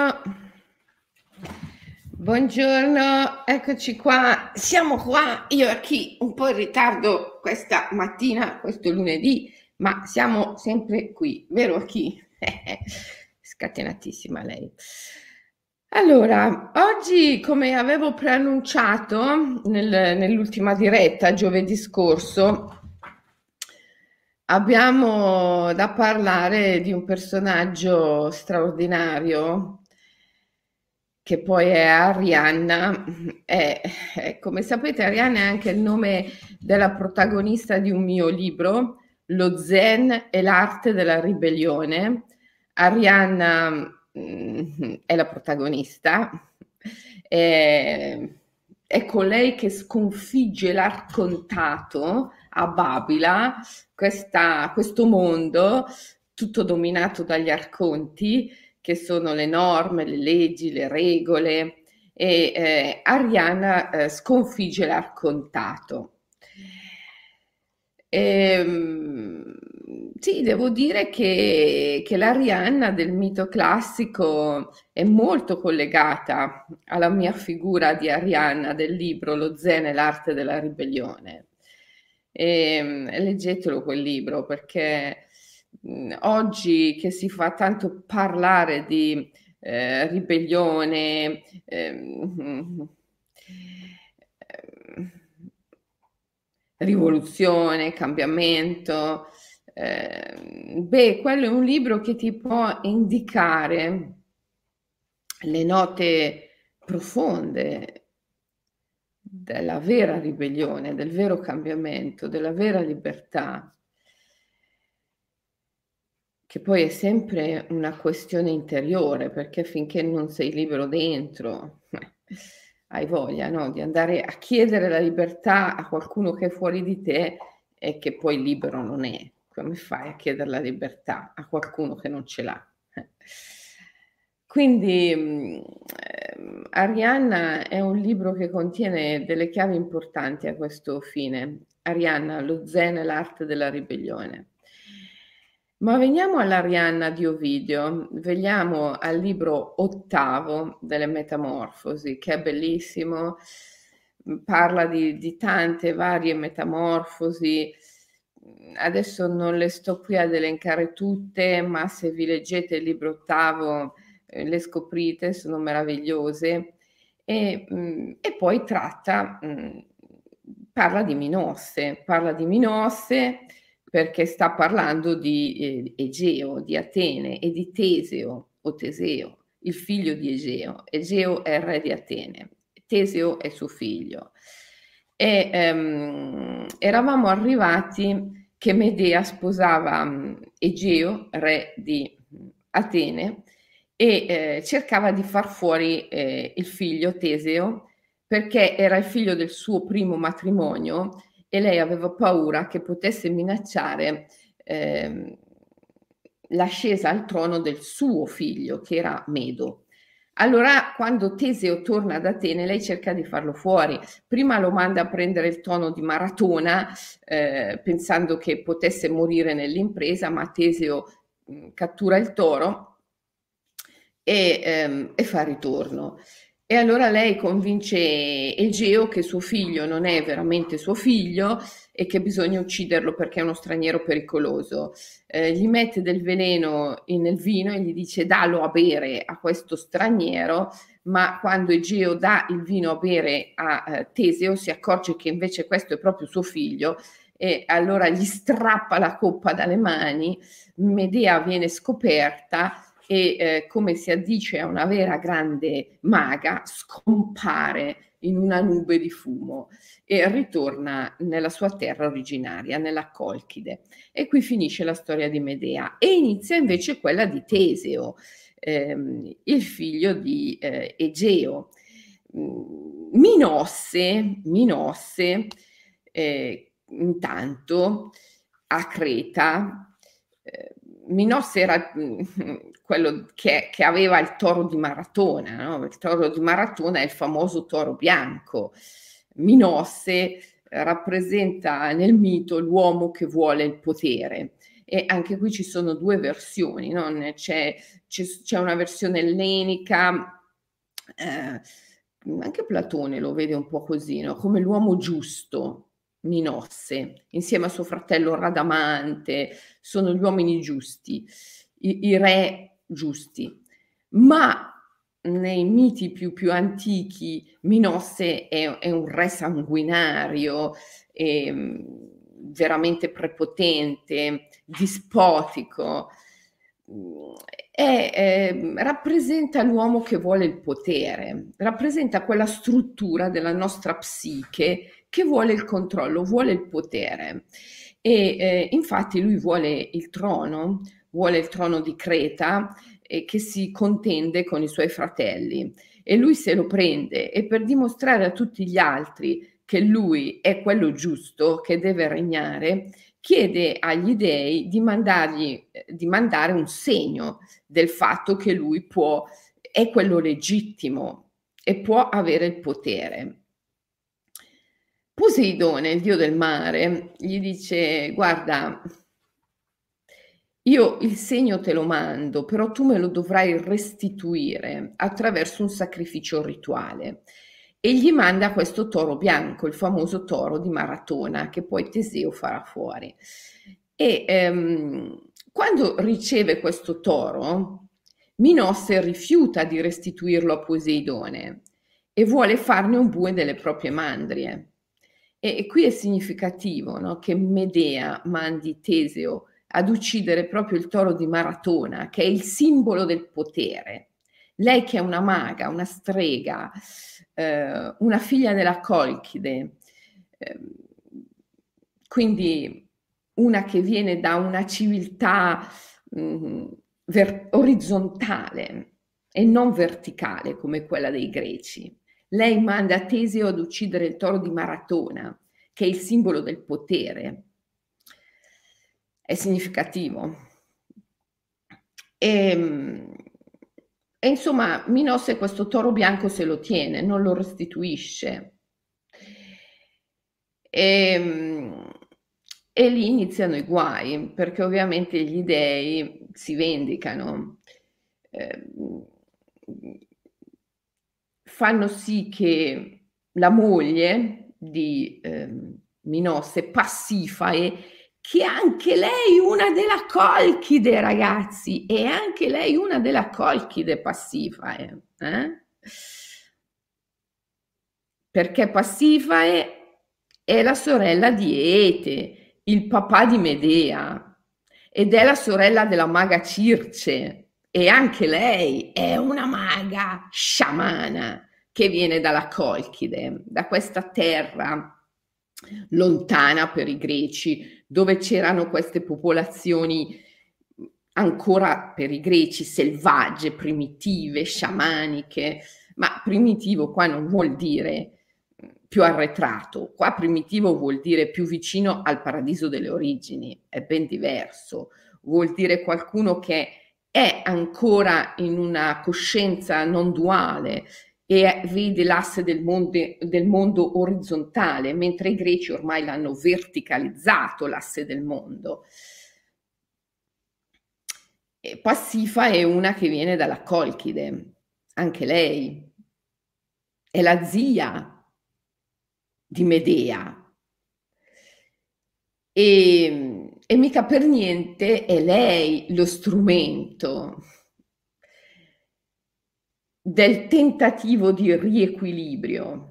Buongiorno, buongiorno, eccoci qua, siamo qua, io e chi un po' in ritardo questa mattina, questo lunedì, ma siamo sempre qui, vero chi? Scatenatissima lei. Allora, oggi, come avevo preannunciato nell'ultima diretta giovedì scorso, abbiamo da parlare di un personaggio straordinario che poi è Arianna. Come sapete, Arianna è anche il nome della protagonista di un mio libro, Lo Zen e l'arte della ribellione. Arianna è la protagonista, è colei che sconfigge l'arcontato a Babila, questo mondo tutto dominato dagli arconti, che sono le norme, le leggi, le regole, e Arianna sconfigge l'arcontato. Sì, devo dire che l'Arianna del mito classico è molto collegata alla mia figura di Arianna del libro Lo Zen e l'arte della ribellione. Leggetelo quel libro perché oggi che si fa tanto parlare di ribellione, rivoluzione, cambiamento, quello è un libro che ti può indicare le note profonde della vera ribellione, del vero cambiamento, della vera libertà, che poi è sempre una questione interiore, perché finché non sei libero dentro, hai voglia, no, di andare a chiedere la libertà a qualcuno che è fuori di te e che poi libero non è. Come fai a chiedere la libertà a qualcuno che non ce l'ha? Quindi Arianna è un libro che contiene delle chiavi importanti a questo fine. Arianna, lo Zen e l'arte della ribellione. Ma veniamo all'Arianna di Ovidio, veniamo al libro ottavo delle Metamorfosi, che è bellissimo, parla di tante varie metamorfosi. Adesso non le sto qui ad elencare tutte, ma se vi leggete il libro ottavo le scoprite, sono meravigliose. E poi parla di Minosse perché sta parlando di Egeo, di Atene e di Teseo o Teseo, il figlio di Egeo. Egeo è il re di Atene, Teseo è suo figlio. Eravamo arrivati che Medea sposava Egeo, re di Atene, e cercava di far fuori il figlio Teseo perché era il figlio del suo primo matrimonio e lei aveva paura che potesse minacciare l'ascesa al trono del suo figlio, che era Medo. Allora, quando Teseo torna ad Atene, lei cerca di farlo fuori. Prima lo manda a prendere il tono di maratona, pensando che potesse morire nell'impresa, ma Teseo cattura il toro e fa ritorno. E allora lei convince Egeo che suo figlio non è veramente suo figlio e che bisogna ucciderlo perché è uno straniero pericoloso. Gli mette del veleno nel vino e gli dice dallo a bere a questo straniero, ma quando Egeo dà il vino a bere a Teseo si accorge che invece questo è proprio suo figlio e allora gli strappa la coppa dalle mani, Medea viene scoperta e come si addice a una vera grande maga, scompare in una nube di fumo e ritorna nella sua terra originaria, nella Colchide. E qui finisce la storia di Medea e inizia invece quella di Teseo, il figlio di Egeo. Minosse intanto a Creta, Minosse era quello che aveva il toro di Maratona, no? Il toro di Maratona è il famoso toro bianco. Minosse rappresenta nel mito l'uomo che vuole il potere e anche qui ci sono 2 versioni, no, c'è una versione ellenica, anche Platone lo vede un po' così, no, come l'uomo giusto, Minosse, insieme a suo fratello Radamante, sono gli uomini giusti, i re giusti. Ma nei miti più antichi Minosse è un re sanguinario, veramente prepotente, dispotico, rappresenta l'uomo che vuole il potere, rappresenta quella struttura della nostra psiche che vuole il controllo, vuole il potere. E infatti lui vuole il trono di Creta, che si contende con i suoi fratelli, e lui se lo prende, e per dimostrare a tutti gli altri che lui è quello giusto, che deve regnare, chiede agli dei di mandare un segno del fatto che lui è quello legittimo e può avere il potere. Poseidone, il dio del mare, gli dice: guarda, io il segno te lo mando, però tu me lo dovrai restituire attraverso un sacrificio rituale. E gli manda questo toro bianco, il famoso toro di Maratona, che poi Teseo farà fuori. E quando riceve questo toro, Minosse rifiuta di restituirlo a Poseidone e vuole farne un bue delle proprie mandrie. E qui è significativo, no, che Medea mandi Teseo ad uccidere proprio il toro di Maratona, che è il simbolo del potere. Lei che è una maga, una strega, una figlia della Colchide, quindi una che viene da una civiltà orizzontale e non verticale come quella dei greci. Lei manda Teseo ad uccidere il toro di Maratona, che è il simbolo del potere. È significativo. E insomma, Minosse questo toro bianco se lo tiene, non lo restituisce. E lì iniziano i guai, perché ovviamente gli dei si vendicano, fanno sì che la moglie di Minosse, Passifae, che anche lei una della Colchide, ragazzi, e anche lei una della Colchide, Passifae, perché Passifae è la sorella di Ete, il papà di Medea, ed è la sorella della maga Circe, e anche lei è una maga sciamana che viene dalla Colchide, da questa terra lontana per i greci, dove c'erano queste popolazioni ancora per i greci selvagge, primitive, sciamaniche, ma primitivo qua non vuol dire più arretrato, qua primitivo vuol dire più vicino al paradiso delle origini, è ben diverso, vuol dire qualcuno che è ancora in una coscienza non duale e vede l'asse del mondo orizzontale, mentre i greci ormai l'hanno verticalizzato l'asse del mondo. E Passifa è una che viene dalla Colchide, anche lei è la zia di Medea e mica per niente è lei lo strumento del tentativo di riequilibrio.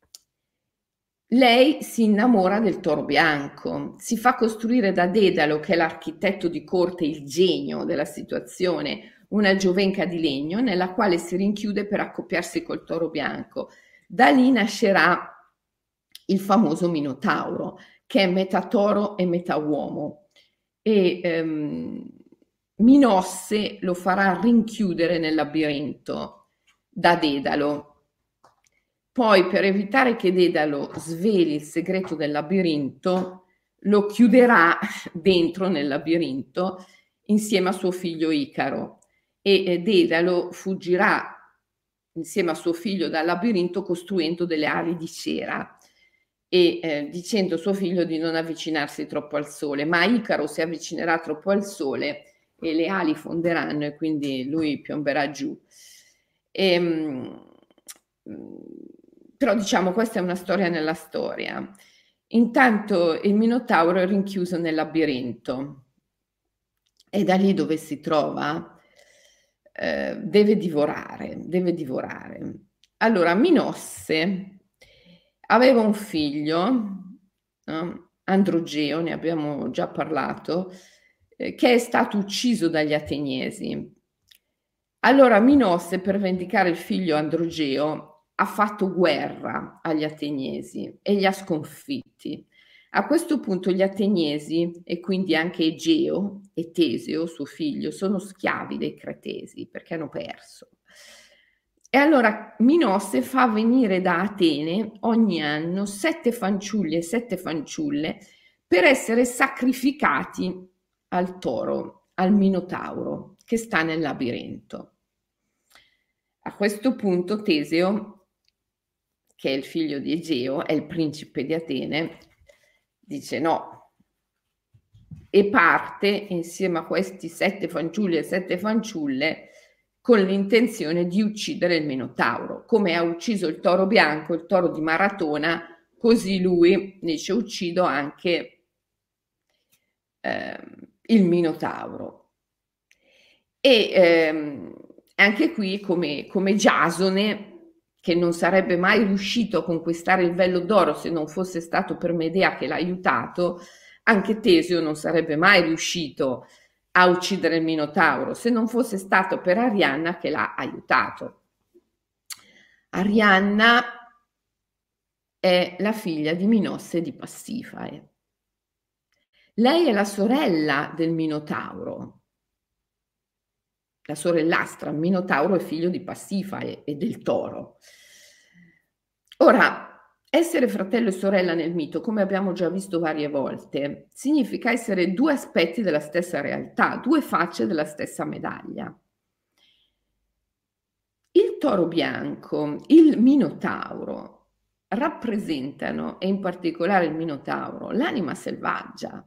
Lei si innamora del toro bianco, si fa costruire da Dedalo, che è l'architetto di corte, il genio della situazione, una giovenca di legno nella quale si rinchiude per accoppiarsi col toro bianco. Da lì nascerà il famoso Minotauro, che è metà toro e metà uomo. E Minosse lo farà rinchiudere nel labirinto da Dedalo. Poi, per evitare che Dedalo sveli il segreto del labirinto, lo chiuderà dentro nel labirinto insieme a suo figlio Icaro e Dedalo fuggirà insieme a suo figlio dal labirinto costruendo delle ali di cera e dicendo a suo figlio di non avvicinarsi troppo al sole, ma Icaro si avvicinerà troppo al sole e le ali fonderanno e quindi lui piomberà giù. Però diciamo questa è una storia nella storia. Intanto il Minotauro è rinchiuso nel labirinto e da lì dove si trova deve divorare, deve divorare. Allora Minosse aveva un figlio, no? Androgeo, ne abbiamo già parlato, che è stato ucciso dagli Ateniesi. Allora Minosse, per vendicare il figlio Androgeo, ha fatto guerra agli Ateniesi e li ha sconfitti. A questo punto gli Ateniesi, e quindi anche Egeo e Teseo, suo figlio, sono schiavi dei Cretesi perché hanno perso. E allora Minosse fa venire da Atene ogni anno 7 fanciulli e 7 fanciulle per essere sacrificati al toro, al Minotauro, che sta nel labirinto. A questo punto Teseo, che è il figlio di Egeo, è il principe di Atene, dice no, e parte insieme a questi 7 fanciulli e 7 fanciulle con l'intenzione di uccidere il Minotauro. Come ha ucciso il toro bianco, il toro di Maratona, così lui dice uccido anche il Minotauro. E anche qui come Giasone, che non sarebbe mai riuscito a conquistare il vello d'oro se non fosse stato per Medea che l'ha aiutato, anche Teseo non sarebbe mai riuscito a uccidere il Minotauro se non fosse stato per Arianna che l'ha aiutato. Arianna è la figlia di Minosse e di Passifae. Lei è la sorella del Minotauro, la sorellastra. Il Minotauro è figlio di Passifae e del toro. Ora, essere fratello e sorella nel mito, come abbiamo già visto varie volte, significa essere due aspetti della stessa realtà, due facce della stessa medaglia. Il toro bianco, il Minotauro, rappresentano, e in particolare il Minotauro, l'anima selvaggia.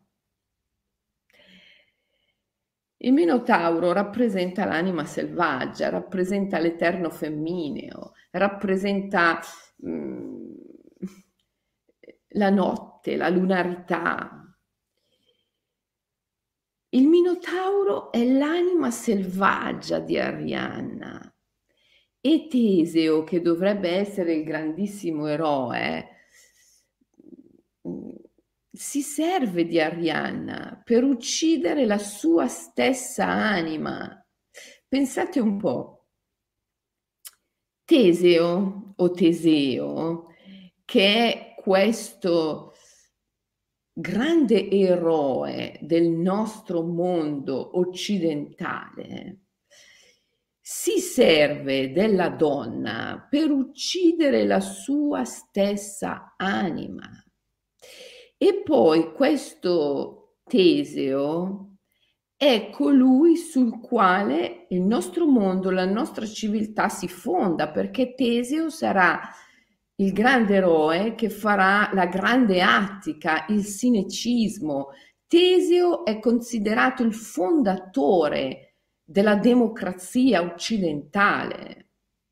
Il Minotauro rappresenta l'anima selvaggia, rappresenta l'eterno femmineo, rappresenta la notte, la lunarità. Il Minotauro è l'anima selvaggia di Arianna e Teseo, che dovrebbe essere il grandissimo eroe, si serve di Arianna per uccidere la sua stessa anima. Pensate un po', Teseo o Teseo, che è questo grande eroe del nostro mondo occidentale, si serve della donna per uccidere la sua stessa anima. E poi questo Teseo è colui sul quale il nostro mondo, la nostra civiltà si fonda, perché Teseo sarà il grande eroe che farà la grande Attica, il sinecismo. Teseo è considerato il fondatore della democrazia occidentale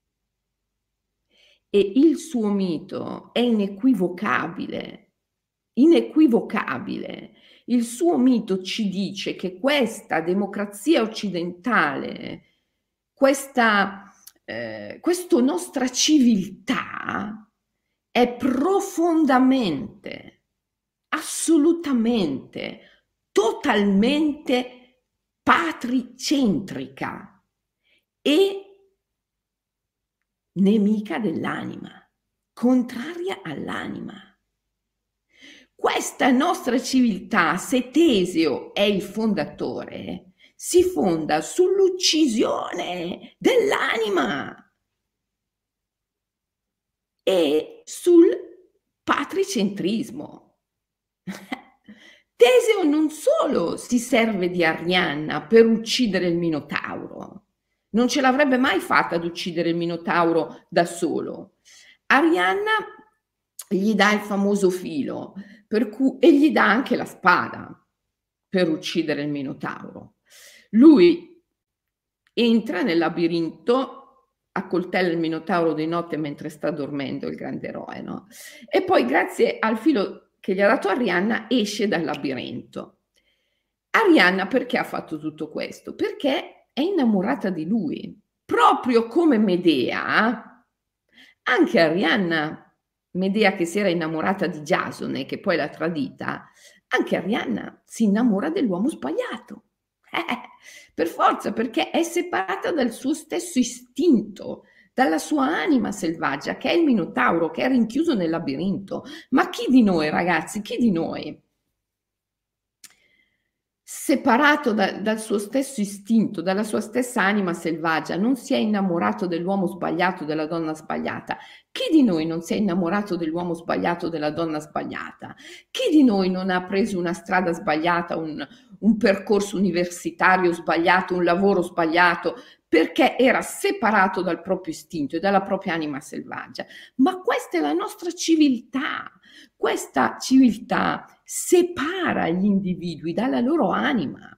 e il suo mito è inequivocabile, inequivocabile. Il suo mito ci dice che questa democrazia occidentale, questa nostra civiltà è profondamente, assolutamente, totalmente patricentrica e nemica dell'anima, contraria all'anima. Questa nostra civiltà, se Teseo è il fondatore, si fonda sull'uccisione dell'anima e sul patricentrismo. Teseo non solo si serve di Arianna per uccidere il Minotauro, non ce l'avrebbe mai fatta ad uccidere il Minotauro da solo. Arianna gli dà il famoso filo, e gli dà anche la spada per uccidere il Minotauro. Lui entra nel labirinto, accoltella il Minotauro di notte mentre sta dormendo il grande eroe, no? E poi grazie al filo che gli ha dato Arianna esce dal labirinto. Arianna perché ha fatto tutto questo? Perché è innamorata di lui, proprio come Medea. Anche Arianna, Medea che si era innamorata di Giasone, che poi l'ha tradita, anche Arianna si innamora dell'uomo sbagliato. Per forza, perché è separata dal suo stesso istinto, dalla sua anima selvaggia, che è il Minotauro, che è rinchiuso nel labirinto. Ma chi di noi, ragazzi, chi di noi, separato dal suo stesso istinto, dalla sua stessa anima selvaggia, non si è innamorato dell'uomo sbagliato, della donna sbagliata? Chi di noi non si è innamorato dell'uomo sbagliato, della donna sbagliata? Chi di noi non ha preso una strada sbagliata, un percorso universitario sbagliato, un lavoro sbagliato, perché era separato dal proprio istinto e dalla propria anima selvaggia? Ma questa è la nostra civiltà. Questa civiltà separa gli individui dalla loro anima.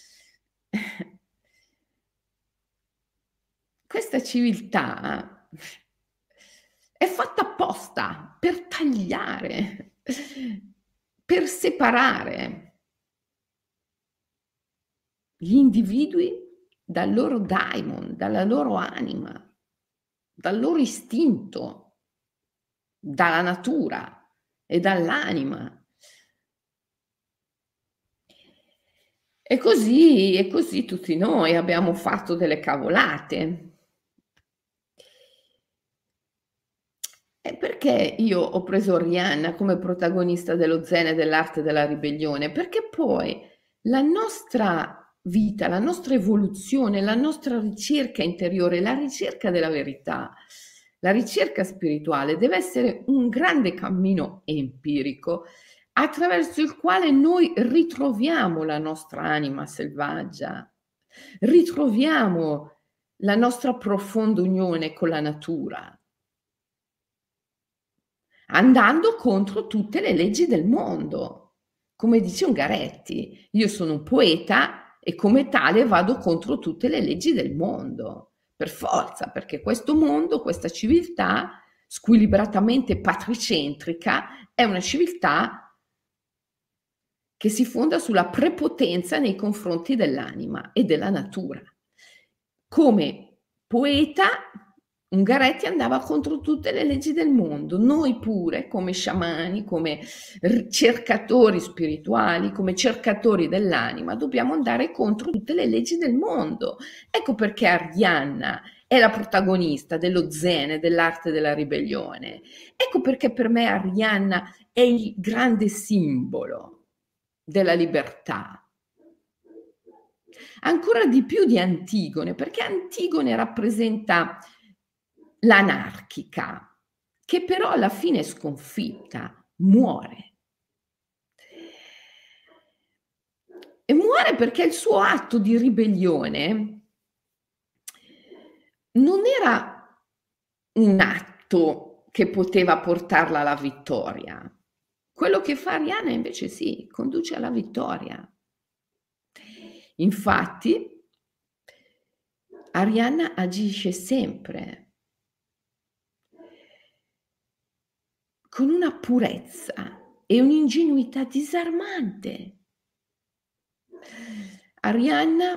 Questa civiltà è fatta apposta per tagliare, per separare gli individui dal loro daimon, dalla loro anima, dal loro istinto, dalla natura e dall'anima. E così tutti noi abbiamo fatto delle cavolate. E perché io ho preso Rihanna come protagonista dello Zen e dell'arte della ribellione? Perché poi la nostra vita, la nostra evoluzione, la nostra ricerca interiore, la ricerca della verità, la ricerca spirituale deve essere un grande cammino empirico attraverso il quale noi ritroviamo la nostra anima selvaggia, ritroviamo la nostra profonda unione con la natura, andando contro tutte le leggi del mondo. Come dice Ungaretti, io sono un poeta e come tale vado contro tutte le leggi del mondo, per forza, perché questo mondo, questa civiltà squilibratamente patricentrica è una civiltà che si fonda sulla prepotenza nei confronti dell'anima e della natura. Come poeta, Ungaretti andava contro tutte le leggi del mondo. Noi pure, come sciamani, come cercatori spirituali, come cercatori dell'anima, dobbiamo andare contro tutte le leggi del mondo. Ecco perché Arianna è la protagonista dello Zen, dell'arte della ribellione. Ecco perché per me Arianna è il grande simbolo della libertà. Ancora di più di Antigone, perché Antigone rappresenta l'anarchica, che però alla fine è sconfitta, muore. E muore perché il suo atto di ribellione non era un atto che poteva portarla alla vittoria. Quello che fa Arianna invece sì, conduce alla vittoria. Infatti, Arianna agisce sempre con una purezza e un'ingenuità disarmante. Arianna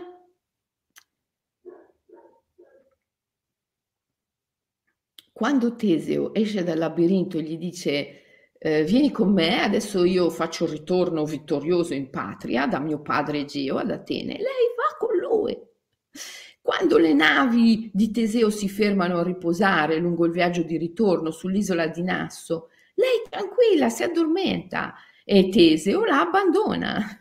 quando Teseo esce dal labirinto e gli dice vieni con me, adesso io faccio il ritorno vittorioso in patria da mio padre Egeo ad Atene, lei va con lui. Quando le navi di Teseo si fermano a riposare lungo il viaggio di ritorno sull'isola di Nasso, lei tranquilla si addormenta e Teseo la abbandona.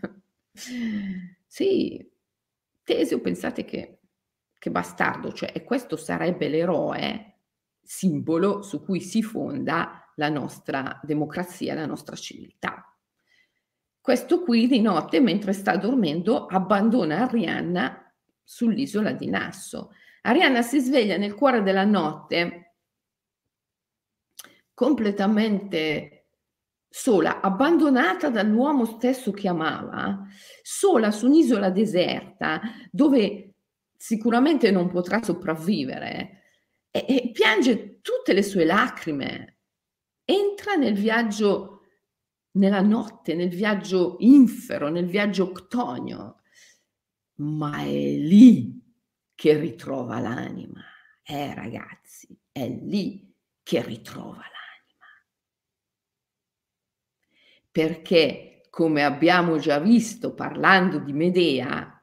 Sì, Teseo, pensate che bastardo, cioè, e questo sarebbe l'eroe simbolo su cui si fonda la nostra democrazia, la nostra civiltà. Questo qui di notte, mentre sta dormendo, abbandona Arianna sull'isola di Nasso. Arianna si sveglia nel cuore della notte completamente sola, abbandonata dall'uomo stesso che amava, sola su un'isola deserta dove sicuramente non potrà sopravvivere e piange tutte le sue lacrime. Entra nel viaggio nella notte, nel viaggio infero, nel viaggio ctonio, ma è lì che ritrova l'anima. Ragazzi, è lì che ritrova l'anima. Perché, come abbiamo già visto parlando di Medea,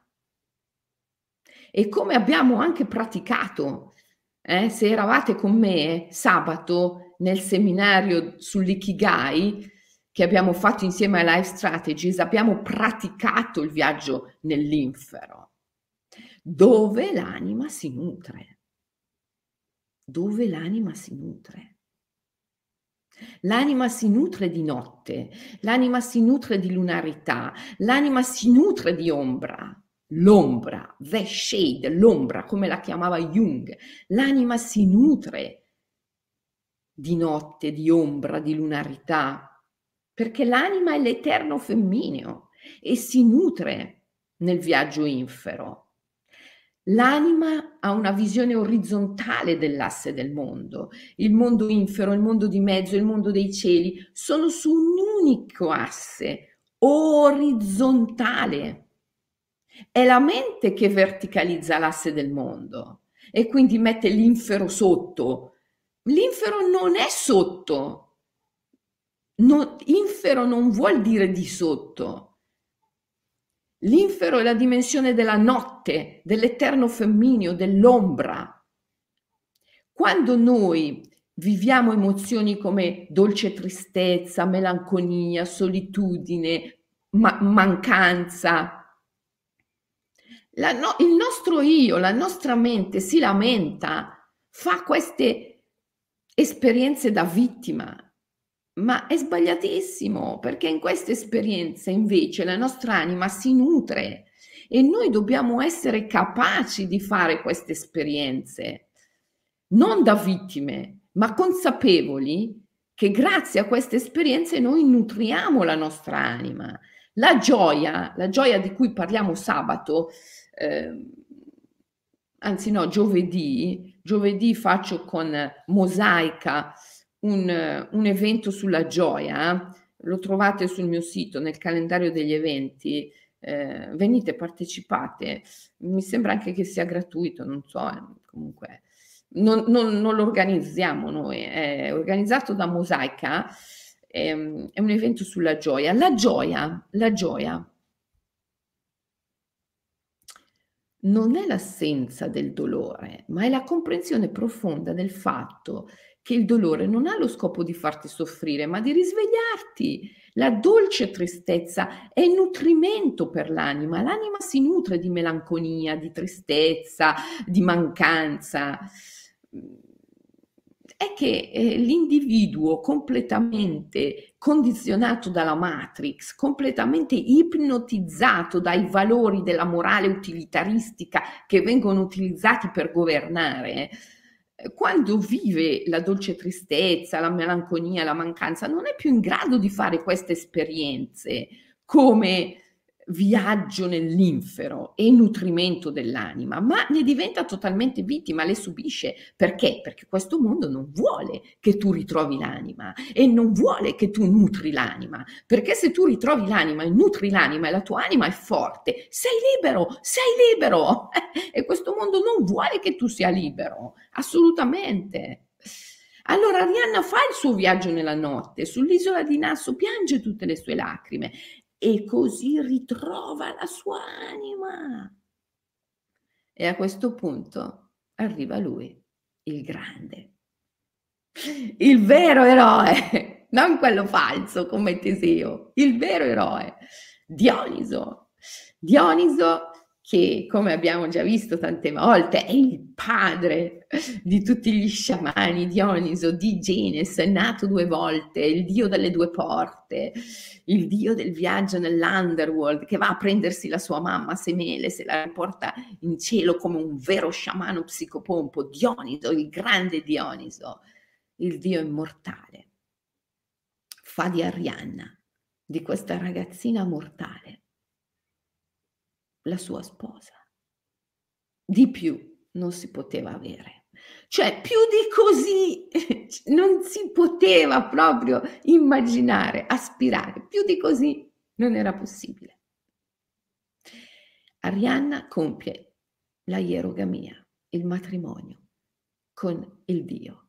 e come abbiamo anche praticato, se eravate con me sabato nel seminario sull'Ikigai che abbiamo fatto insieme a Life Strategies, abbiamo praticato il viaggio nell'infero, dove l'anima si nutre. Dove l'anima si nutre. L'anima si nutre di notte, l'anima si nutre di lunarità, l'anima si nutre di ombra. L'ombra, the shade, l'ombra, come la chiamava Jung. L'anima si nutre di notte, di ombra, di lunarità, perché l'anima è l'eterno femmineo e si nutre nel viaggio infero. L'anima ha una visione orizzontale dell'asse del mondo. Il mondo infero, il mondo di mezzo, il mondo dei cieli sono su un unico asse orizzontale. È la mente che verticalizza l'asse del mondo e quindi mette l'infero sotto. L'infero non è sotto. Infero non vuol dire di sotto. L'infero è la dimensione della notte, dell'eterno femmineo, dell'ombra. Quando noi viviamo emozioni come dolce tristezza, melanconia, solitudine, mancanza, il nostro io, la nostra mente si lamenta, fa queste esperienze da vittima, ma è sbagliatissimo, perché in queste esperienze invece la nostra anima si nutre e noi dobbiamo essere capaci di fare queste esperienze, non da vittime, ma consapevoli che grazie a queste esperienze noi nutriamo la nostra anima. La gioia di cui parliamo sabato, anzi no, giovedì faccio con Mosaica un evento sulla gioia, lo trovate sul mio sito, nel calendario degli eventi, venite, partecipate, mi sembra anche che sia gratuito, non so, comunque non lo organizziamo noi, è organizzato da Mosaica, è un evento sulla gioia. La gioia non è l'assenza del dolore, ma è la comprensione profonda del fatto che il dolore non ha lo scopo di farti soffrire, ma di risvegliarti. La dolce tristezza è nutrimento per l'anima. L'anima si nutre di melanconia, di tristezza, di mancanza. È che l'individuo completamente condizionato dalla Matrix, completamente ipnotizzato dai valori della morale utilitaristica che vengono utilizzati per governare, quando vive la dolce tristezza, la melanconia, la mancanza, non è più in grado di fare queste esperienze come viaggio nell'infero e nutrimento dell'anima, ma ne diventa totalmente vittima, le subisce. Perché? Perché questo mondo non vuole che tu ritrovi l'anima e non vuole che tu nutri l'anima, perché se tu ritrovi l'anima e nutri l'anima e la tua anima è forte, sei libero e questo mondo non vuole che tu sia libero, assolutamente. Allora Arianna fa il suo viaggio nella notte, sull'isola di Nasso piange tutte le sue lacrime e così ritrova la sua anima. E a questo punto arriva lui, il grande, il vero eroe, non quello falso come Teseo, il vero eroe, Dioniso. Dioniso che, come abbiamo già visto tante volte, è il padre di tutti gli sciamani. Dioniso, Digenes, è nato 2 volte, il dio delle 2 porte, il dio del viaggio nell'underworld, che va a prendersi la sua mamma Semele, se la riporta in cielo come un vero sciamano psicopompo. Dioniso, il grande Dioniso. il Dio immortale, fa di Arianna, di questa ragazzina mortale, la sua sposa. Di più non si poteva avere. Cioè più di così non si poteva proprio immaginare, aspirare, più di così non era possibile. Arianna compie la ierogamia, il matrimonio con il Dio.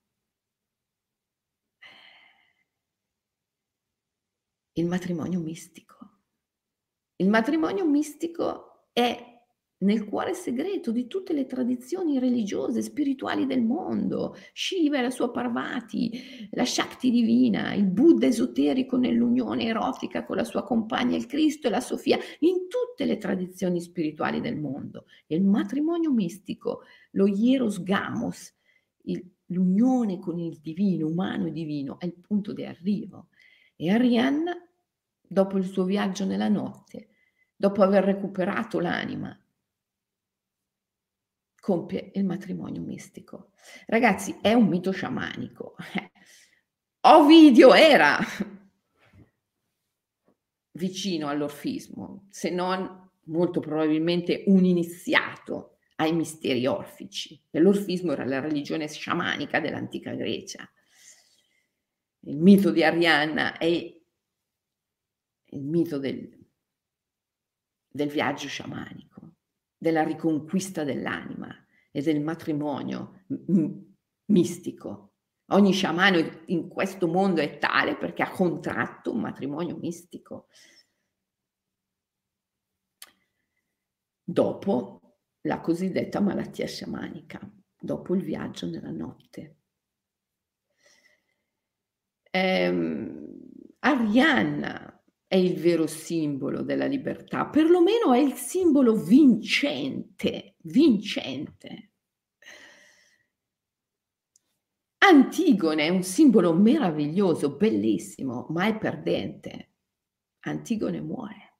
Il matrimonio mistico. Il matrimonio mistico è nel cuore segreto di tutte le tradizioni religiose, spirituali del mondo. Shiva e la sua Parvati, la Shakti divina, il Buddha esoterico nell'unione erotica con la sua compagna, il Cristo e la Sofia, in tutte le tradizioni spirituali del mondo. Il matrimonio mistico, lo hieros gamos, l'unione con il divino, umano e divino, è il punto di arrivo. E Arianna, dopo il suo viaggio nella notte, dopo aver recuperato l'anima, compie il matrimonio mistico. Ragazzi, è un mito sciamanico. Ovidio era vicino all'orfismo, se non molto probabilmente un iniziato ai misteri orfici. E l'orfismo era la religione sciamanica dell'antica Grecia. Il mito di Arianna è il mito del viaggio sciamanico, della riconquista dell'anima e del matrimonio mistico. Ogni sciamano in questo mondo è tale perché ha contratto un matrimonio mistico. Dopo la cosiddetta malattia sciamanica, dopo il viaggio nella notte. Arianna è il vero simbolo della libertà, perlomeno è il simbolo vincente. Antigone è un simbolo meraviglioso, bellissimo, ma è perdente. Antigone muore.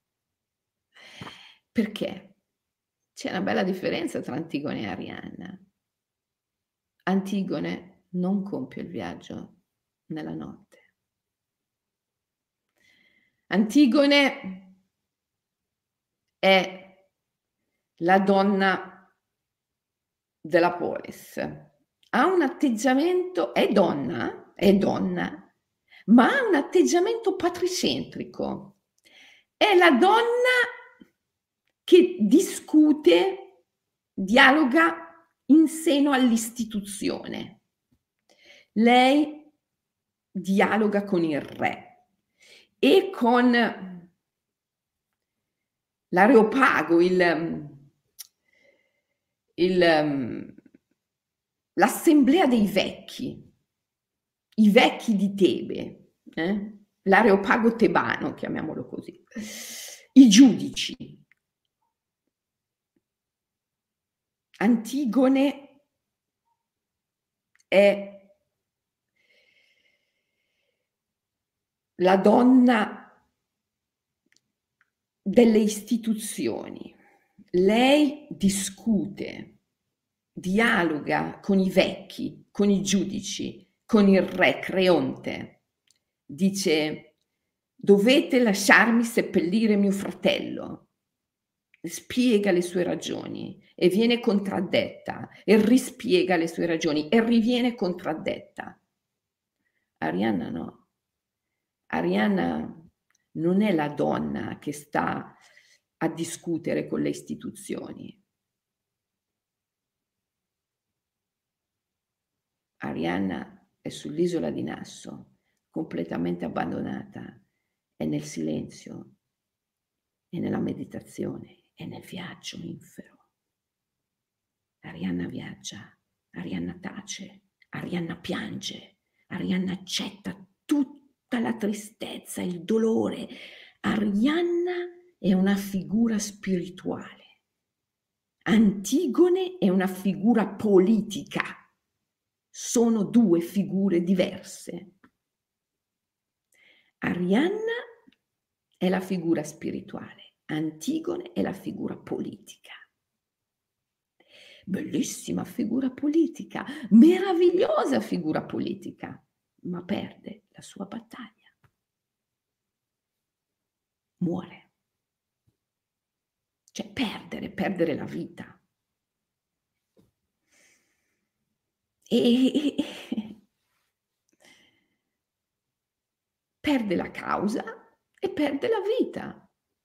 Perché? C'è una bella differenza tra Antigone e Arianna. Antigone non compie il viaggio nella notte. Antigone è la donna della polis. Ha un atteggiamento, è donna, ma ha un atteggiamento patricentrico. È la donna che discute, dialoga in seno all'istituzione. Lei dialoga con il re e con l'Areopago, l'assemblea dei vecchi, i vecchi di Tebe, l'Areopago tebano, chiamiamolo così, i giudici. Antigone è la donna delle istituzioni. Lei discute, dialoga con i vecchi, con i giudici, con il re Creonte. Dice: dovete lasciarmi seppellire mio fratello. Spiega le sue ragioni e viene contraddetta e rispiega le sue ragioni e riviene contraddetta. Arianna no. Arianna non è la donna che sta a discutere con le istituzioni. Arianna è sull'isola di Nasso, completamente abbandonata, è nel silenzio, è nella meditazione, è nel viaggio infero. Arianna viaggia, Arianna tace, Arianna piange, Arianna accetta tutta la tristezza, il dolore. Arianna è una figura spirituale. Antigone è una figura politica. Sono due figure diverse. Arianna è la figura spirituale, Antigone è la figura politica. bellissima figura politica, meravigliosa figura politica, ma perde la sua battaglia. Muore. Cioè perdere la vita. E perde la causa e perde la vita.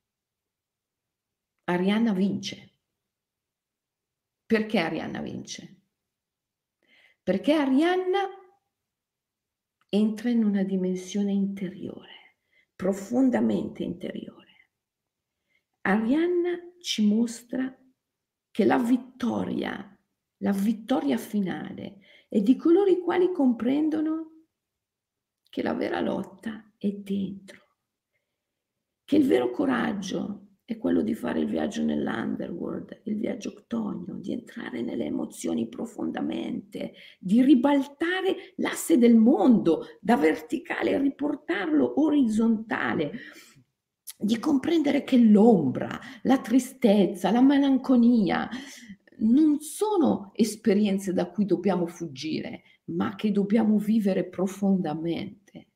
Arianna vince. Perché Arianna vince? Perché Arianna entra in una dimensione interiore, profondamente interiore. Arianna ci mostra che la vittoria finale è di coloro i quali comprendono che la vera lotta è dentro, che il vero coraggio è quello di fare il viaggio nell'underworld, il viaggio ctonio, di entrare nelle emozioni profondamente, di ribaltare l'asse del mondo da verticale e riportarlo orizzontale, di comprendere che l'ombra, la tristezza, la malinconia non sono esperienze da cui dobbiamo fuggire, ma che dobbiamo vivere profondamente.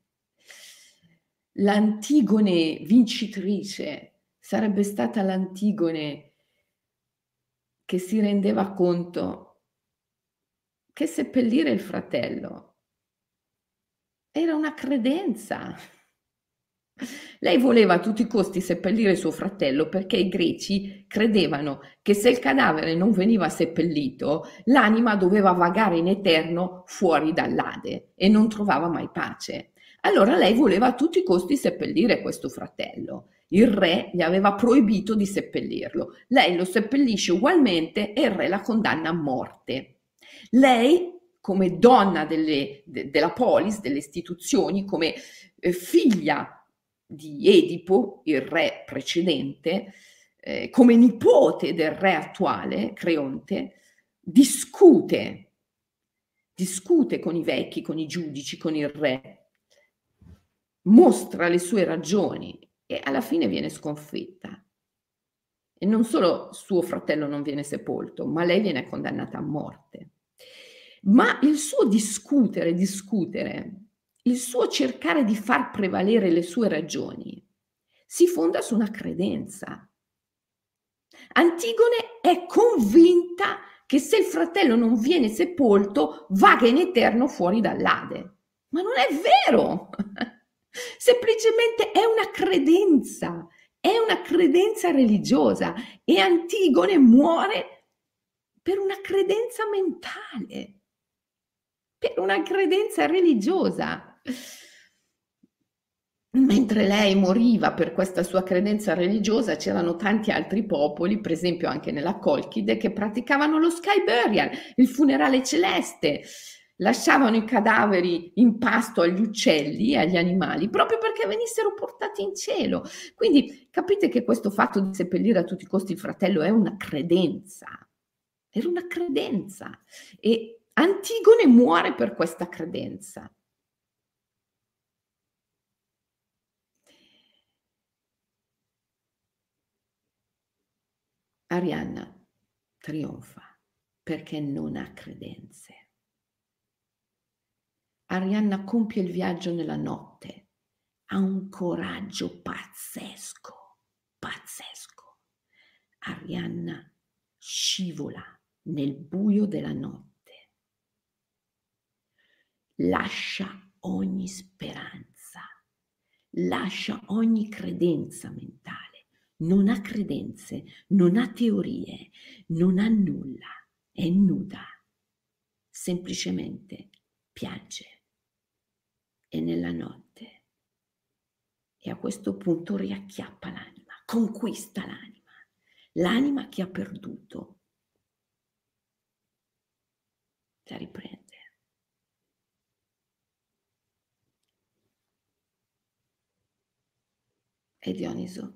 L'Antigone vincitrice sarebbe stata l'Antigone che si rendeva conto che seppellire il fratello era una credenza. Lei voleva a tutti i costi seppellire suo fratello perché i greci credevano che se il cadavere non veniva seppellito, l'anima doveva vagare in eterno fuori dall'Ade e non trovava mai pace. Allora lei voleva a tutti i costi seppellire questo fratello. Il re gli aveva proibito di seppellirlo. Lei lo seppellisce ugualmente e il re la condanna a morte. Lei, come donna della polis, delle istituzioni, come figlia di Edipo, il re precedente, come nipote del re attuale, Creonte, discute con i vecchi, con i giudici, con il re, mostra le sue ragioni e alla fine viene sconfitta. E non solo suo fratello non viene sepolto, ma lei viene condannata a morte. Ma il suo discutere, il suo cercare di far prevalere le sue ragioni si fonda su una credenza. Antigone è convinta che se il fratello non viene sepolto, vaga in eterno fuori dall'Ade. Ma non è vero! Semplicemente è una credenza religiosa e Antigone muore per una credenza mentale, per una credenza religiosa. Mentre lei moriva per questa sua credenza religiosa, c'erano tanti altri popoli, per esempio anche nella Colchide, che praticavano lo sky burial, il funerale celeste, lasciavano i cadaveri in pasto agli uccelli e agli animali proprio perché venissero portati in cielo. Quindi capite che questo fatto di seppellire a tutti i costi il fratello è una credenza, era una credenza e Antigone muore per questa credenza. Arianna trionfa perché non ha credenze. Arianna compie il viaggio nella notte, ha un coraggio pazzesco, pazzesco. Arianna scivola nel buio della notte, lascia ogni speranza, lascia ogni credenza mentale. Non ha credenze, non ha teorie, non ha nulla, è nuda, semplicemente piange. E nella notte, e a questo punto riacchiappa l'anima, conquista l'anima che ha perduto, la riprende. E Dioniso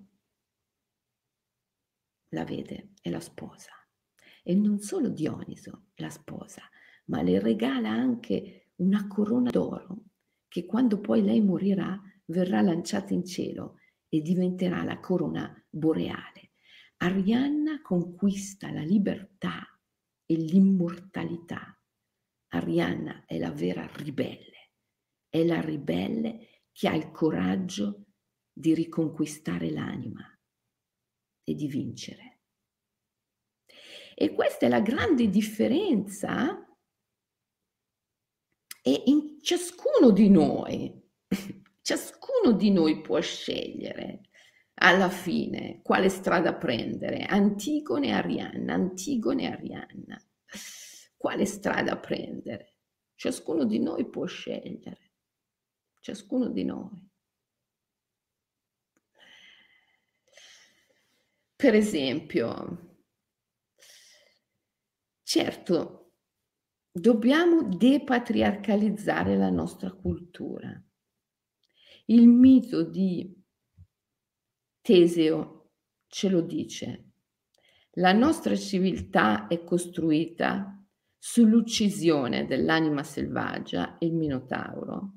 la vede e la sposa. E non solo Dioniso la sposa, ma le regala anche una corona d'oro che quando poi lei morirà verrà lanciata in cielo e diventerà la corona boreale. Arianna conquista la libertà e l'immortalità. Arianna è la vera ribelle, è la ribelle che ha il coraggio di riconquistare l'anima e di vincere. E questa è la grande differenza, e in ciascuno di noi può scegliere alla fine quale strada prendere. Antigone e Arianna, quale strada prendere? Ciascuno di noi può scegliere, ciascuno di noi. Per esempio, certo, dobbiamo depatriarcalizzare la nostra cultura. Il mito di Teseo ce lo dice. La nostra civiltà è costruita sull'uccisione dell'anima selvaggia, il Minotauro,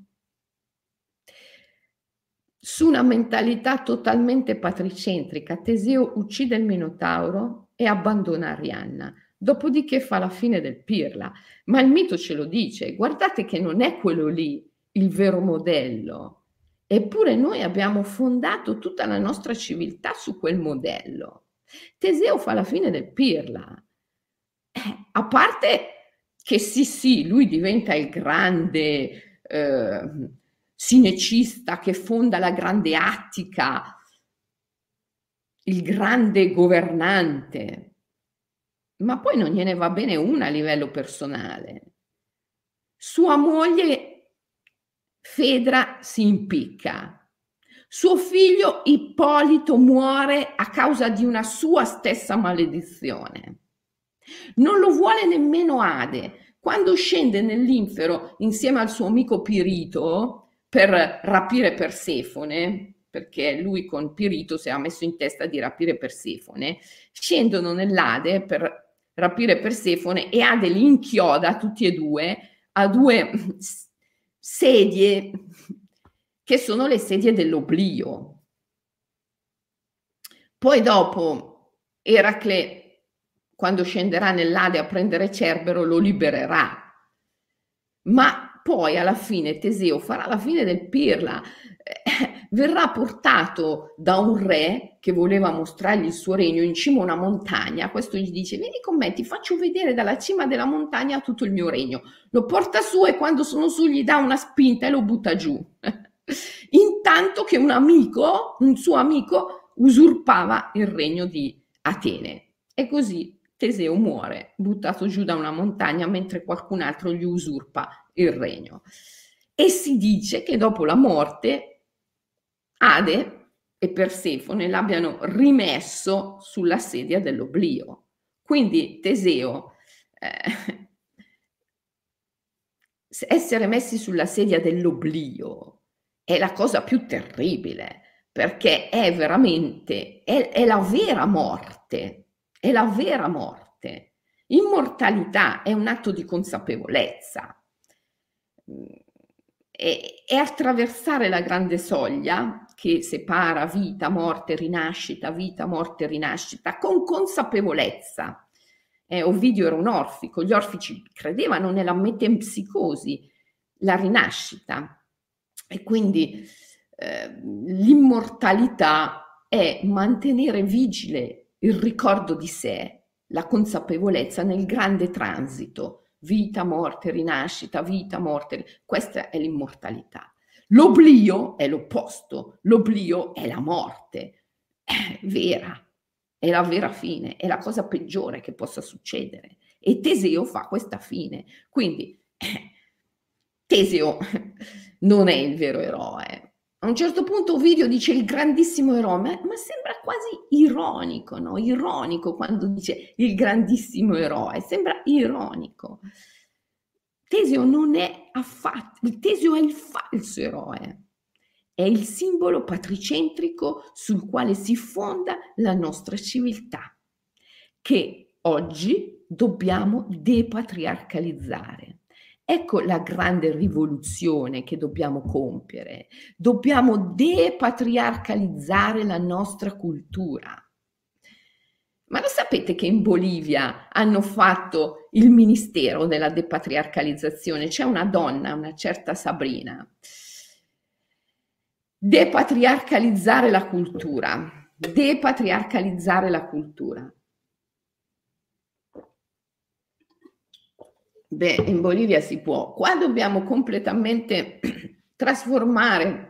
su una mentalità totalmente patricentrica. Teseo uccide il Minotauro e abbandona Arianna, dopodiché fa la fine del Pirla. Ma il mito ce lo dice, guardate che non è quello lì il vero modello, eppure noi abbiamo fondato tutta la nostra civiltà su quel modello. Teseo fa la fine del Pirla, a parte che sì, lui diventa il grande sinecista che fonda la grande Attica, il grande governante, ma poi non gliene va bene una a livello personale. Sua moglie Fedra si impicca, suo figlio Ippolito muore a causa di una sua stessa maledizione. Non lo vuole nemmeno Ade. Quando scende nell'infero insieme al suo amico Pirito per rapire Persefone, perché lui con Pirito si era messo in testa di rapire Persefone, scendono nell'Ade per rapire Persefone e Ade li inchioda tutti e due a due sedie che sono le sedie dell'oblio. Poi dopo Eracle, quando scenderà nell'Ade a prendere Cerbero, lo libererà. Ma poi alla fine Teseo farà la fine del Pirla, verrà portato da un re che voleva mostrargli il suo regno in cima a una montagna. Questo gli dice: vieni con me, ti faccio vedere dalla cima della montagna tutto il mio regno. Lo porta su e quando sono su gli dà una spinta e lo butta giù. Intanto che un suo amico usurpava il regno di Atene. E così Teseo muore buttato giù da una montagna mentre qualcun altro gli usurpa il regno. E si dice che dopo la morte Ade e Persefone l'abbiano rimesso sulla sedia dell'oblio. Quindi Teseo, essere messi sulla sedia dell'oblio è la cosa più terribile, perché è veramente, è la vera morte. È la vera morte. Immortalità è un atto di consapevolezza. È attraversare la grande soglia che separa vita, morte, rinascita, vita, morte, rinascita, con consapevolezza. Ovidio era un orfico, gli orfici credevano nella metempsicosi, la rinascita. E quindi l'immortalità è mantenere vigile il ricordo di sé, la consapevolezza nel grande transito, vita, morte, rinascita, vita, morte, questa è l'immortalità. L'oblio è l'opposto, l'oblio è la morte, è vera, è la vera fine, è la cosa peggiore che possa succedere. E Teseo fa questa fine, quindi Teseo non è il vero eroe. A un certo punto Ovidio dice il grandissimo eroe, ma sembra quasi ironico, no? Ironico quando dice il grandissimo eroe, sembra ironico. Teseo non è affatto, il Teseo è il falso eroe, è il simbolo patricentrico sul quale si fonda la nostra civiltà, che oggi dobbiamo depatriarcalizzare. Ecco la grande rivoluzione che dobbiamo compiere. Dobbiamo depatriarcalizzare la nostra cultura. Ma lo sapete che in Bolivia hanno fatto il ministero della depatriarcalizzazione? C'è una donna, una certa Sabrina. Depatriarcalizzare la cultura. Depatriarcalizzare la cultura. Beh, in Bolivia si può. Qua dobbiamo completamente trasformare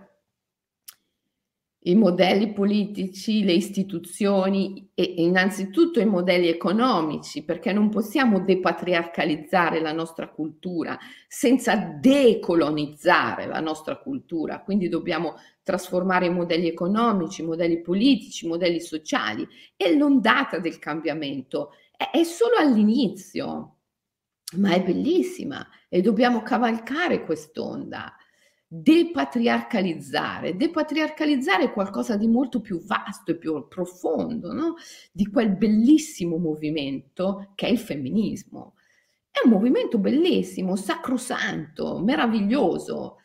i modelli politici, le istituzioni e innanzitutto i modelli economici, perché non possiamo depatriarcalizzare la nostra cultura senza decolonizzare la nostra cultura. Quindi dobbiamo trasformare i modelli economici, i modelli politici, i modelli sociali, e l'ondata del cambiamento è solo all'inizio, ma è bellissima e dobbiamo cavalcare quest'onda. Depatriarcalizzare è qualcosa di molto più vasto e più profondo, no? Di quel bellissimo movimento che è il femminismo. È un movimento bellissimo, sacrosanto, meraviglioso,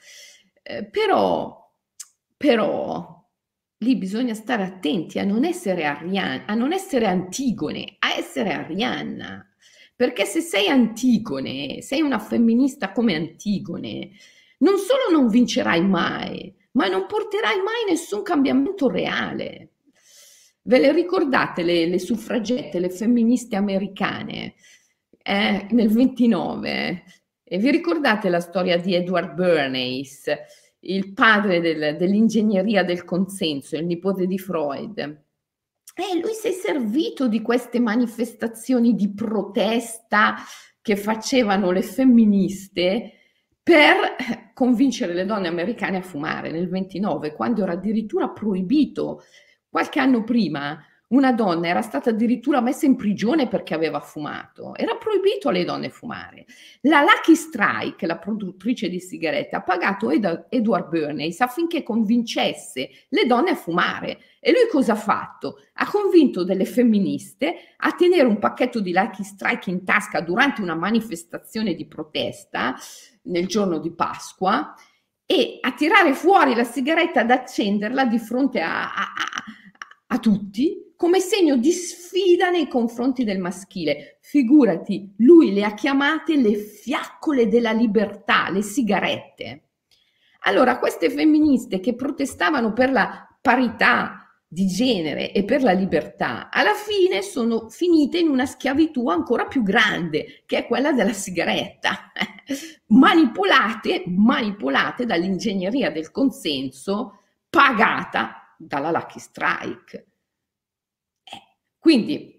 però lì bisogna stare attenti a non essere a non essere Antigone, a essere Arianna. Perché se sei Antigone, sei una femminista come Antigone, non solo non vincerai mai, ma non porterai mai nessun cambiamento reale. Ve le ricordate le suffragette, le femministe americane nel 29? E vi ricordate la storia di Edward Bernays, il padre dell'ingegneria del consenso, il nipote di Freud? Lui si è servito di queste manifestazioni di protesta che facevano le femministe per convincere le donne americane a fumare nel 29, quando era addirittura proibito. Qualche anno prima una donna era stata addirittura messa in prigione perché aveva fumato. Era proibito alle donne fumare. La Lucky Strike, la produttrice di sigarette, ha pagato Edward Bernays affinché convincesse le donne a fumare. E lui cosa ha fatto? Ha convinto delle femministe a tenere un pacchetto di Lucky Strike in tasca durante una manifestazione di protesta nel giorno di Pasqua e a tirare fuori la sigaretta, ad accenderla di fronte a tutti come segno di sfida nei confronti del maschile. Figurati, lui le ha chiamate le fiaccole della libertà, le sigarette. Allora, queste femministe che protestavano per la parità di genere e per la libertà, alla fine sono finite in una schiavitù ancora più grande, che è quella della sigaretta, manipolate dall'ingegneria del consenso pagata dalla Lucky Strike. Quindi,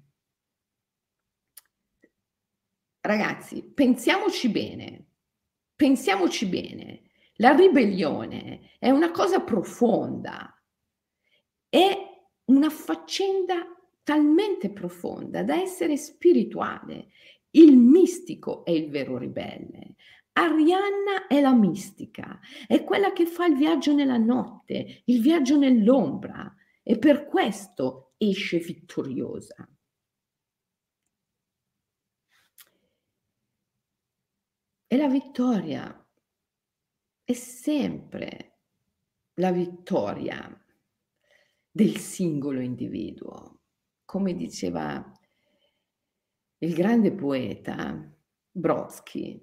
ragazzi, pensiamoci bene, la ribellione è una cosa profonda, è una faccenda talmente profonda da essere spirituale. Il mistico è il vero ribelle. Arianna è la mistica, è quella che fa il viaggio nella notte, il viaggio nell'ombra, e per questo esce vittoriosa. E la vittoria è sempre la vittoria del singolo individuo. Come diceva il grande poeta Brodsky,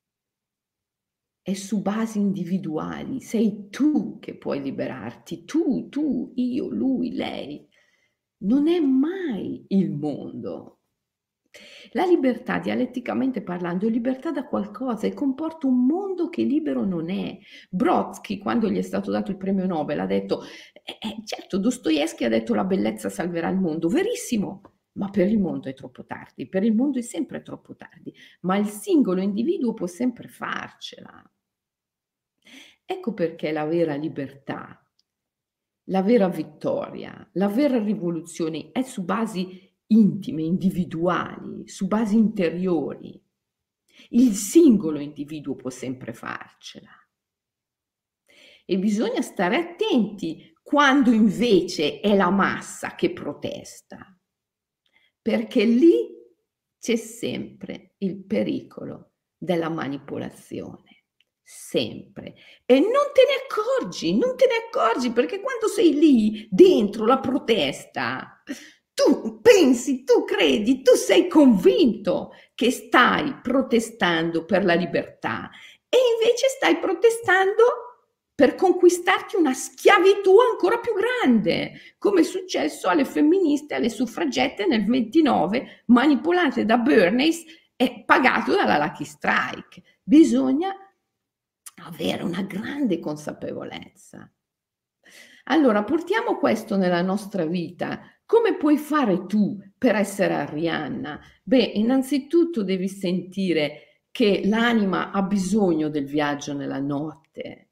è su basi individuali, sei tu che puoi liberarti, tu, io, lui, lei. Non è mai il mondo. La libertà, dialetticamente parlando, è libertà da qualcosa e comporta un mondo che libero non è. Brodsky, quando gli è stato dato il premio Nobel, ha detto, certo, Dostoevsky ha detto la bellezza salverà il mondo, verissimo, ma per il mondo è troppo tardi, per il mondo è sempre troppo tardi, ma il singolo individuo può sempre farcela. Ecco perché la vera libertà, la vera vittoria, la vera rivoluzione è su basi intime, individuali, su basi interiori. Il singolo individuo può sempre farcela. E bisogna stare attenti quando invece è la massa che protesta, perché lì c'è sempre il pericolo della manipolazione, sempre. E non te ne accorgi, perché quando sei lì dentro la protesta, tu pensi, tu credi, tu sei convinto che stai protestando per la libertà e invece stai protestando per conquistarti una schiavitù ancora più grande, come è successo alle femministe, alle suffragette nel 29, manipolate da Bernays e pagato dalla Lucky Strike. Bisogna avere una grande consapevolezza. Allora, portiamo questo nella nostra vita. Come puoi fare tu per essere Arianna? Beh, innanzitutto devi sentire che l'anima ha bisogno del viaggio nella notte.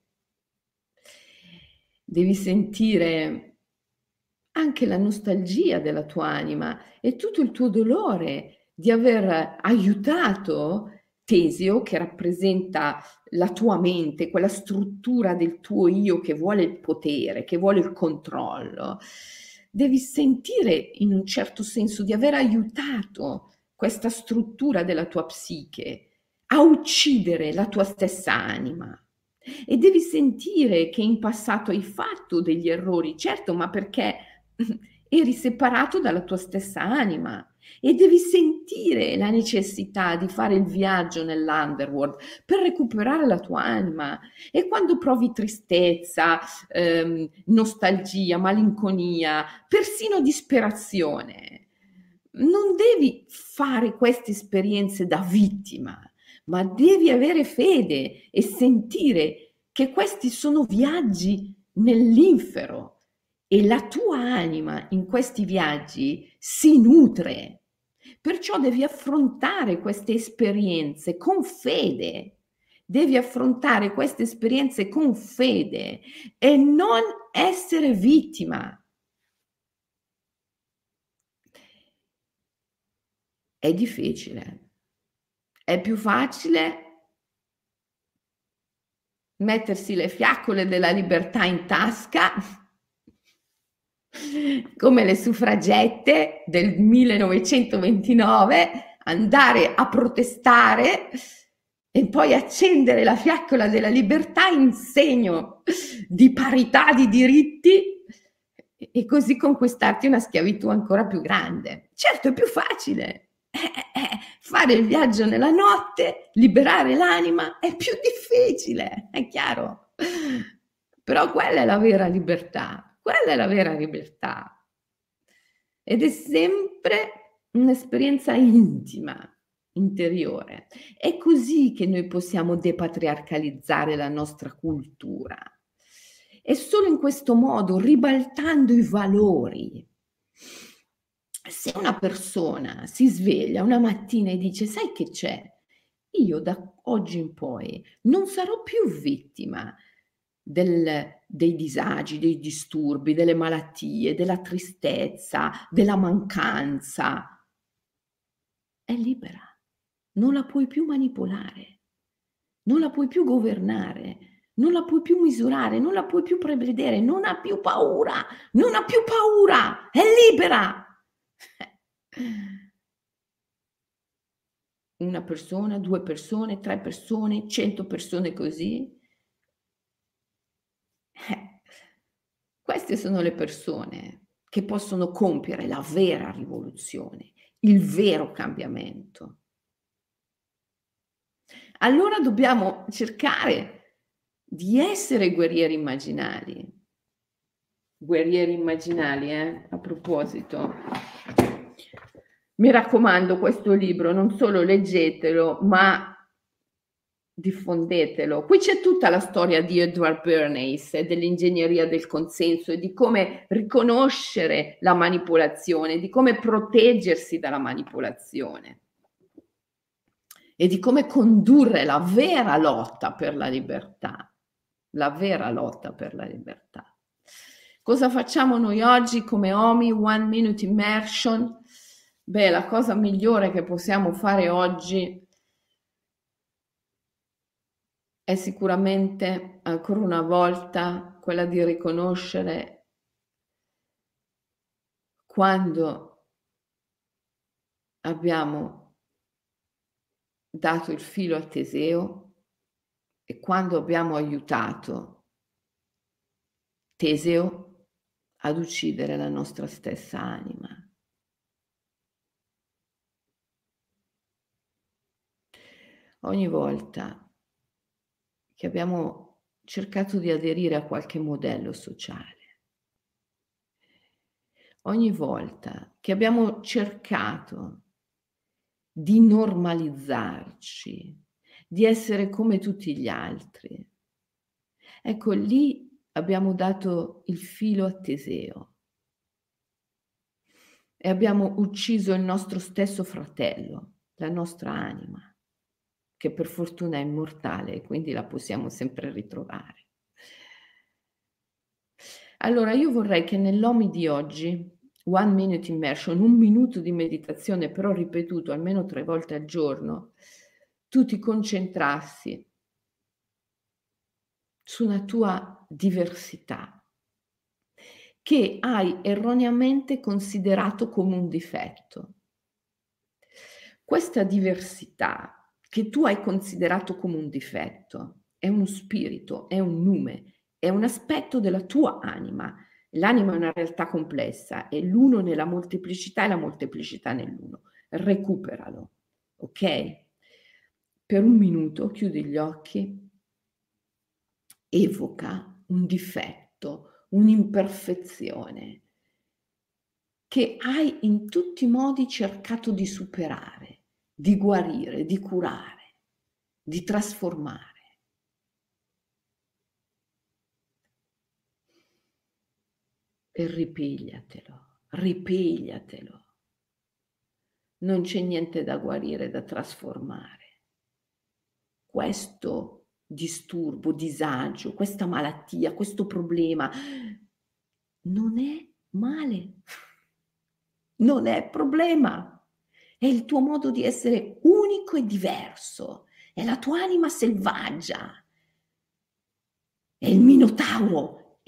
Devi sentire anche la nostalgia della tua anima e tutto il tuo dolore di aver aiutato Teseo, che rappresenta la tua mente, quella struttura del tuo io che vuole il potere, che vuole il controllo. Devi sentire in un certo senso di aver aiutato questa struttura della tua psiche a uccidere la tua stessa anima. E devi sentire che in passato hai fatto degli errori, certo, ma perché eri separato dalla tua stessa anima. E devi sentire la necessità di fare il viaggio nell'underworld per recuperare la tua anima. E quando provi tristezza, nostalgia, malinconia, persino disperazione, non devi fare queste esperienze da vittima, ma devi avere fede e sentire che questi sono viaggi nell'infero e la tua anima in questi viaggi si nutre. Perciò devi affrontare queste esperienze con fede. Devi affrontare queste esperienze con fede e non essere vittima. È difficile. È più facile mettersi le fiaccole della libertà in tasca come le suffragette del 1929, andare a protestare e poi accendere la fiaccola della libertà in segno di parità di diritti e così conquistarti una schiavitù ancora più grande. Certo, è più facile. Fare il viaggio nella notte, liberare l'anima, è più difficile, è chiaro. Però quella è la vera libertà, quella è la vera libertà. Ed è sempre un'esperienza intima, interiore. È così che noi possiamo depatriarcalizzare la nostra cultura. È solo in questo modo, ribaltando i valori. Se una persona si sveglia una mattina e dice: sai che c'è? Io da oggi in poi non sarò più vittima dei disagi, dei disturbi, delle malattie, della tristezza, della mancanza. È libera, non la puoi più manipolare, non la puoi più governare, non la puoi più misurare, non la puoi più prevedere, non ha più paura, non ha più paura, è libera. Una persona, 2 persone, 3 persone, 100 persone così. Queste sono le persone che possono compiere la vera rivoluzione, il vero cambiamento. Allora dobbiamo cercare di essere guerrieri immaginali. Guerrieri immaginali, a proposito. Mi raccomando questo libro, non solo leggetelo, ma diffondetelo. Qui c'è tutta la storia di Edward Bernays e dell'ingegneria del consenso e di come riconoscere la manipolazione, di come proteggersi dalla manipolazione e di come condurre la vera lotta per la libertà, la vera lotta per la libertà. Cosa facciamo noi oggi come OMI, One Minute Immersion? Beh, la cosa migliore che possiamo fare oggi è sicuramente, ancora una volta, quella di riconoscere quando abbiamo dato il filo a Teseo e quando abbiamo aiutato Teseo ad uccidere la nostra stessa anima. ogni volta che abbiamo cercato di aderire a qualche modello sociale, ogni volta che abbiamo cercato di normalizzarci, di essere come tutti gli altri, ecco lì abbiamo dato il filo a Teseo e abbiamo ucciso il nostro stesso fratello, la nostra anima, che per fortuna è immortale e quindi la possiamo sempre ritrovare. Allora io vorrei che nell'OMI di oggi, One Minute Immersion, 1 minuto di meditazione però ripetuto almeno 3 volte al giorno, tu ti concentrassi su una tua diversità che hai erroneamente considerato come un difetto. Questa diversità che tu hai considerato come un difetto è uno spirito, è un nume, è un aspetto della tua anima. L'anima è una realtà complessa, è l'uno nella molteplicità e la molteplicità nell'uno. Recuperalo, ok? Per 1 minuto chiudi gli occhi, evoca un difetto, un'imperfezione che hai in tutti i modi cercato di superare, di guarire, di curare, di trasformare. E ripigliatelo. Non c'è niente da guarire, da trasformare. Questo disturbo, disagio, questa malattia, questo problema non è male, non è problema. È il tuo modo di essere unico e diverso, è la tua anima selvaggia, è il Minotauro,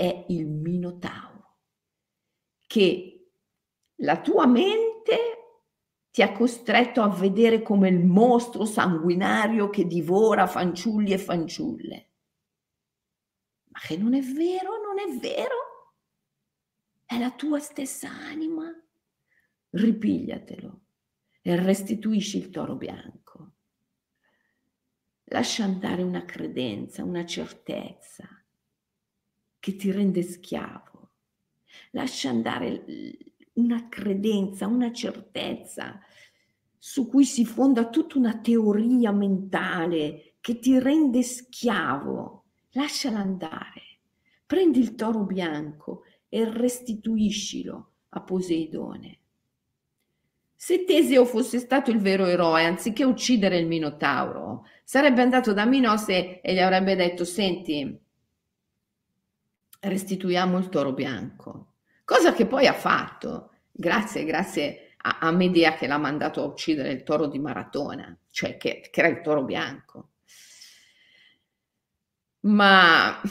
che la tua mente ti ha costretto a vedere come il mostro sanguinario che divora fanciulli e fanciulle. Ma che non è vero, non è vero, è la tua stessa anima. Ripigliatelo e restituisci il toro bianco. Lascia andare una credenza, una certezza che ti rende schiavo. Lascia andare una credenza, una certezza su cui si fonda tutta una teoria mentale che ti rende schiavo. Lasciala andare. Prendi il toro bianco e restituiscilo a Poseidone. Se Teseo fosse stato il vero eroe, anziché uccidere il Minotauro, sarebbe andato da Minosse e gli avrebbe detto: senti, restituiamo il toro bianco. Cosa che poi ha fatto, grazie a Medea che l'ha mandato a uccidere il toro di Maratona, cioè che era il toro bianco. Ma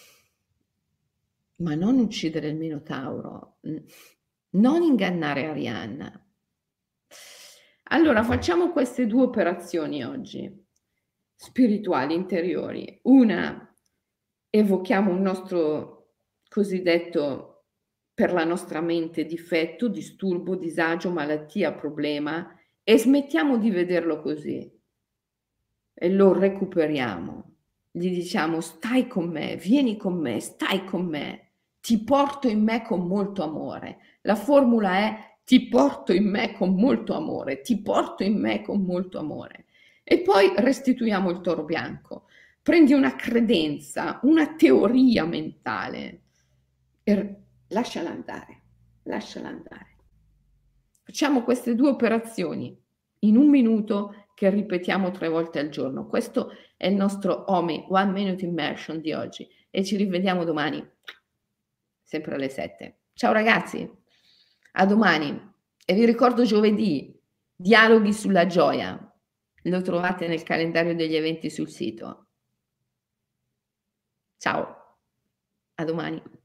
non uccidere il Minotauro, non ingannare Arianna. Allora facciamo queste 2 operazioni oggi, spirituali, interiori. Una, evochiamo un nostro cosiddetto, per la nostra mente, difetto, disturbo, disagio, malattia, problema e smettiamo di vederlo così e lo recuperiamo. Gli diciamo: stai con me, vieni con me, stai con me, ti porto in me con molto amore. La formula è: ti porto in me con molto amore, ti porto in me con molto amore. E poi restituiamo il toro bianco. Prendi una credenza, una teoria mentale e lasciala andare, lasciala andare. Facciamo queste 2 operazioni in 1 minuto che ripetiamo 3 volte al giorno. Questo è il nostro OMI, One Minute Immersion di oggi e ci rivediamo domani, sempre alle 7. Ciao ragazzi, a domani e vi ricordo giovedì, dialoghi sulla gioia. Lo trovate nel calendario degli eventi sul sito. Ciao, a domani.